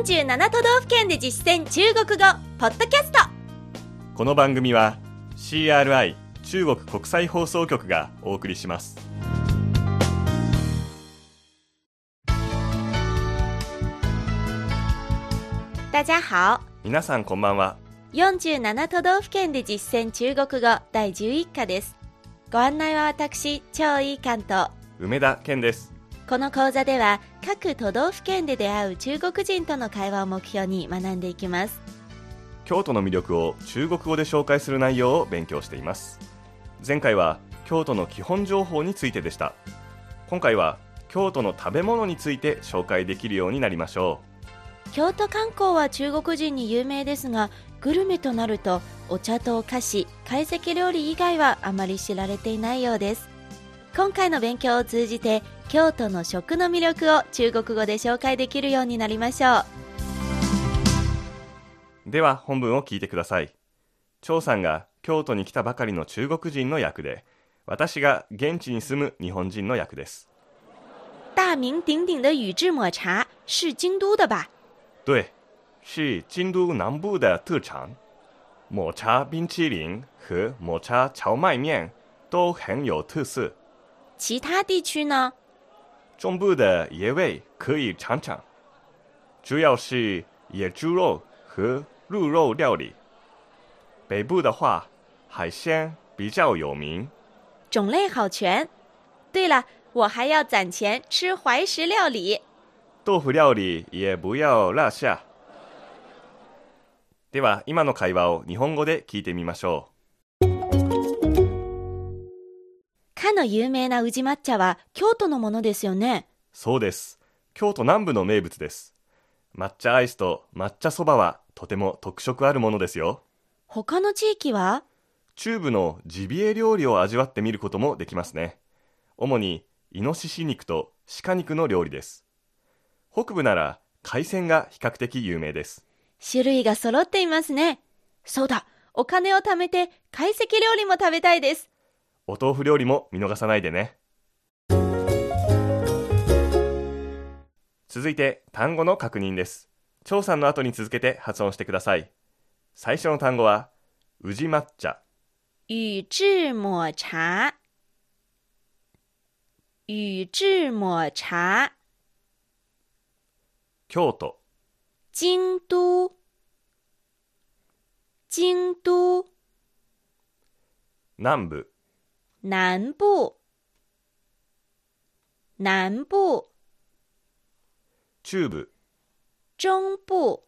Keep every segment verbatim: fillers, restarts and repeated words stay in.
よんじゅうなな都道府県で実践中国語ポッドキャスト。 この番組は シーアールアイ 中国国際放送局がお送りします。 大家好。 皆さんこんばんは。 よんじゅうなな都道府県で実践中国語だいじゅういっ課です。ご案内は私、張井関と梅田健です。 この講座では各都道府県で出会う中国人との会話を目標に学んでいきます。 京都の魅力を中国語で紹介する内容を勉強しています。前回は京都の基本情報についてでした。今回は京都の食べ物について紹介できるようになりましょう。京都観光は中国人に有名ですが、グルメとなるとお茶とお菓子、懐石料理以外はあまり知られていないようです。今回の勉強を通じて京都の食の魅力を中国語で紹介できるようになりましょう。 では本文を聞いてください。張さんが京都に来たばかりの中国人の役で、私が現地に住む日本人の役です。 大名鼎鼎的宇治抹茶是京都的吧？ 对，是京都南部的特产。抹茶冰淇淋和抹茶荞麦面都很有特色。 其他地区呢？ 中部的野味可以尝尝，主要是野猪肉和鹿肉料理。北部的话，海鲜比较有名， 种类好全。对了，我还要攒钱吃怀石料理。 豆腐料理也不要落下。では今の会話を日本語で聞いてみましょう。 かの有名な宇治抹茶は京都のものですよね。 そうです。京都南部の名物です。抹茶アイスと抹茶そばはとても特色あるものですよ。 他の地域は？ 中部のジビエ料理を味わってみることもできますね。主にイノシシ肉と鹿肉の料理です。北部なら海鮮が比較的有名です。 種類が揃っていますね。そうだ、お金を貯めて懐石料理も食べたいです。 お豆腐料理も見逃さないでね。続いて単語の確認です。張さんの後に続けて発音してください。最初の単語は宇治抹茶。 宇治抹茶。宇治抹茶。 京都。 京都。京都。 南部。 南部。南部。 中部。 中部。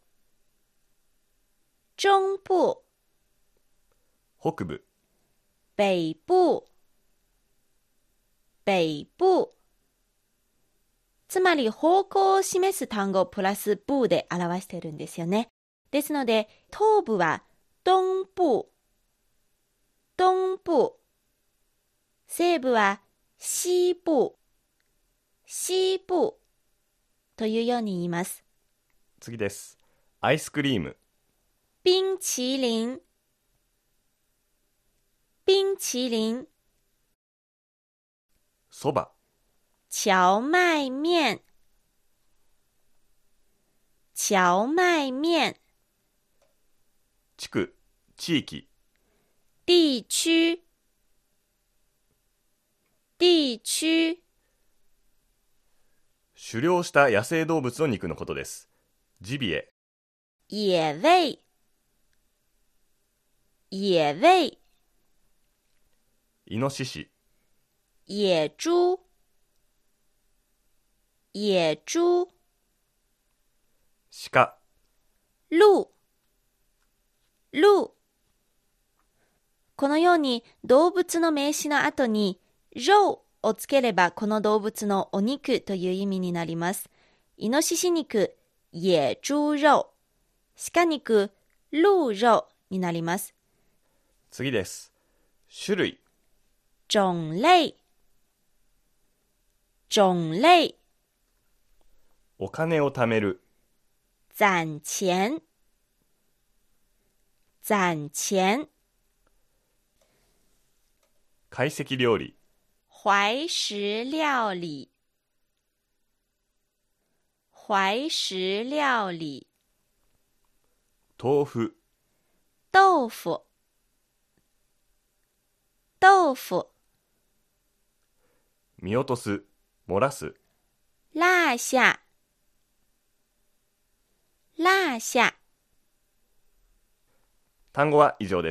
中部。 北部。 北部。北部。つまり方向を示す単語プラス部で表しているんですよね。ですので東部は東部。東部。西部は西部。西部というように言います。 次です。アイスクリーム。 冰淇淋。冰淇淋。 そば。 荞麦面。荞麦面。 地区、地域。 地区。地区。 狩猟した野生動物の肉のことです。ジビエ。 野味。野味。 イノシシ。 野猪。野猪。 鹿。 鹿。鹿。このように動物の名詞の後に肉をつければこの動物のお肉という意味になります。イノシシ肉、野猪肉。鹿肉、鹿肉になります。 次です。種類。 種類。種類。 お金を貯める。 攒钱。攒钱。 懐石料理。 怀石料理。 怀石料理。 豆腐、 豆腐、豆腐。 見落とす、漏らす。 落下、落下。 単語は以上です。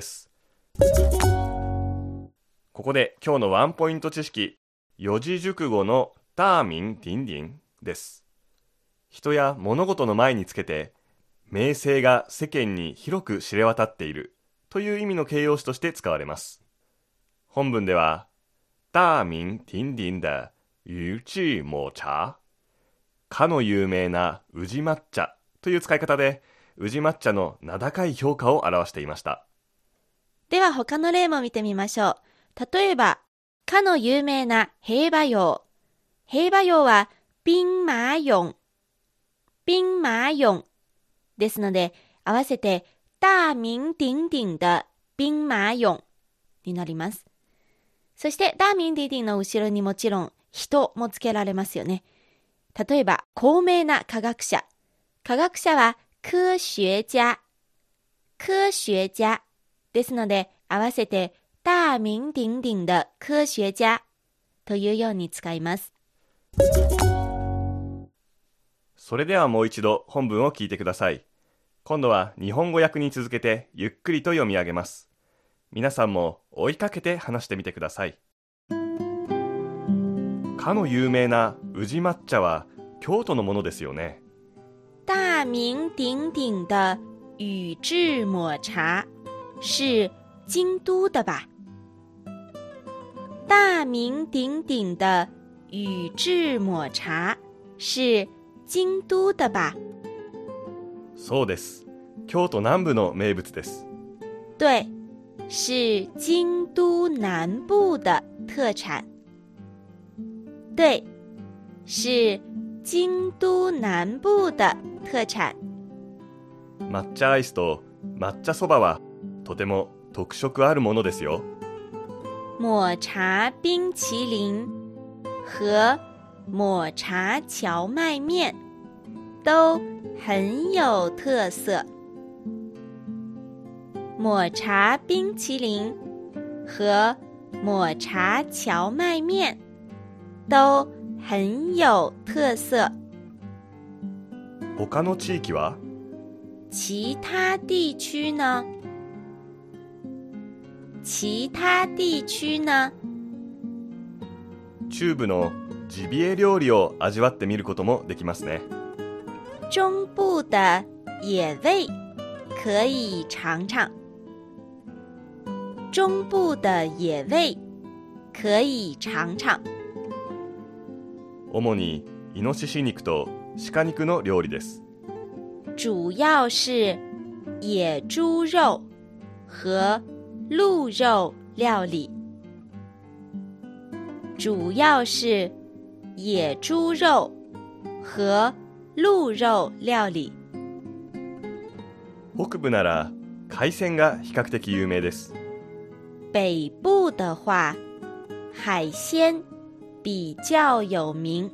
ここで今日のワンポイント知識、四字熟語のダーミン・ディンディンです。人や物事の前につけて、名声が世間に広く知れ渡っているという意味の形容詞として使われます。本文では、大名鼎鼎的宇治抹茶、かの有名な宇治抹茶という使い方で、宇治抹茶の名高い評価を表していました。 では他の例も見てみましょう。例えば、かの有名な兵馬俑。兵馬俑は兵馬俑、兵馬俑ですので、合わせて大名鼎鼎的兵馬俑になります。そして大名鼎鼎の後ろにもちろん人もつけられますよね。例えば、高名な科学者。科学者は科学家、科学家ですので、合わせて大名鼎鼎的科学家というように使います。 それではもう一度本文を聞いてください。今度は日本語訳に続けてゆっくりと読み上げます。皆さんも追いかけて話してみてください。かの有名な宇治抹茶は京都のものですよね。 大名鼎鼎的宇治抹茶是京都的吧？大名鼎鼎的宇治抹茶是京都的吧？ そうです。京都南部の名物です。 对，是京都南部的特产。对，是京都南部的特产。 抹茶アイスと抹茶そばはとても特色あるものですよ。 抹茶冰淇淋和抹茶荞麦面都很有特色。抹茶冰淇淋和抹茶荞麦面都很有特色。 他の地域は？ 其他地区呢？其他地区呢？ 中部のジビエ料理を味わってみることもできますね。 中部的野味可以尝尝。中部的野味可以尝尝。 主にイノシシ肉と鹿肉の料理です。 主要是野猪肉和鹿肉料理。主要是野猪肉和鹿肉料理。 北部なら海鮮が比較的有名です。 北部的话，海鲜比较有名。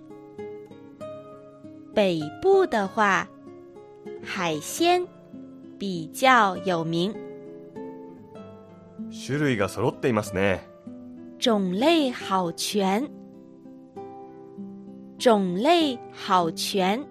北部的话，海鮮比較有名。 種類が揃っていますね。 種類好全。種類好全。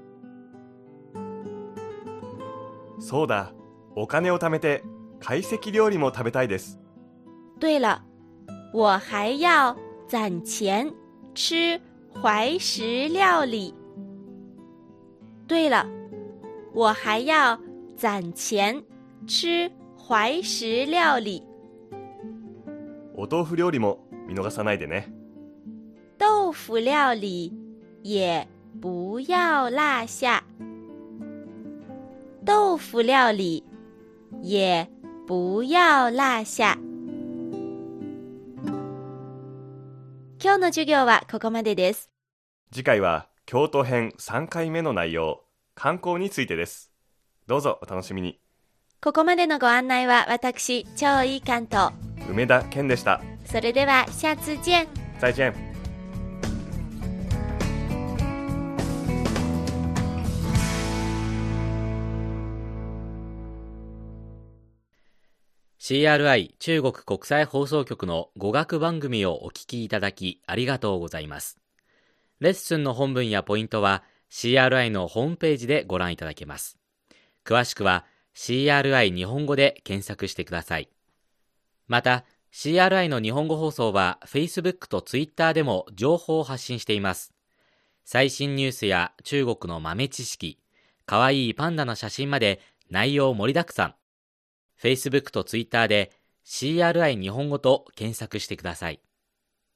そうだ、お金を貯めて懐石料理も食べたいです。 对了，我还要攒钱吃怀石料理。对了，我还要攒钱吃怀石料理。 お豆腐料理も見逃さないでね。 豆腐料理也不要落下。豆腐料理也不要落下。今日の授業はここまでです。 次回は京都編さんかいめの内容、観光についてです。どうぞお楽しみに。 ここまでのご案内は私、超いい関東、 梅田健でした。 それでは下次見。 再见。 シーアールアイ 中国国際放送局の語学番組をお聞きいただきありがとうございます。レッスンの本文やポイントは シーアールアイ のホームページでご覧いただけます。詳しくは シーアールアイ 日本語で検索してください。また、シーアールアイ の日本語放送は Facebook と Twitter でも情報を発信しています。最新ニュースや中国の豆知識、かわいいパンダの写真まで内容盛りだくさん。Facebook と Twitter で シーアールアイ 日本語と検索してください。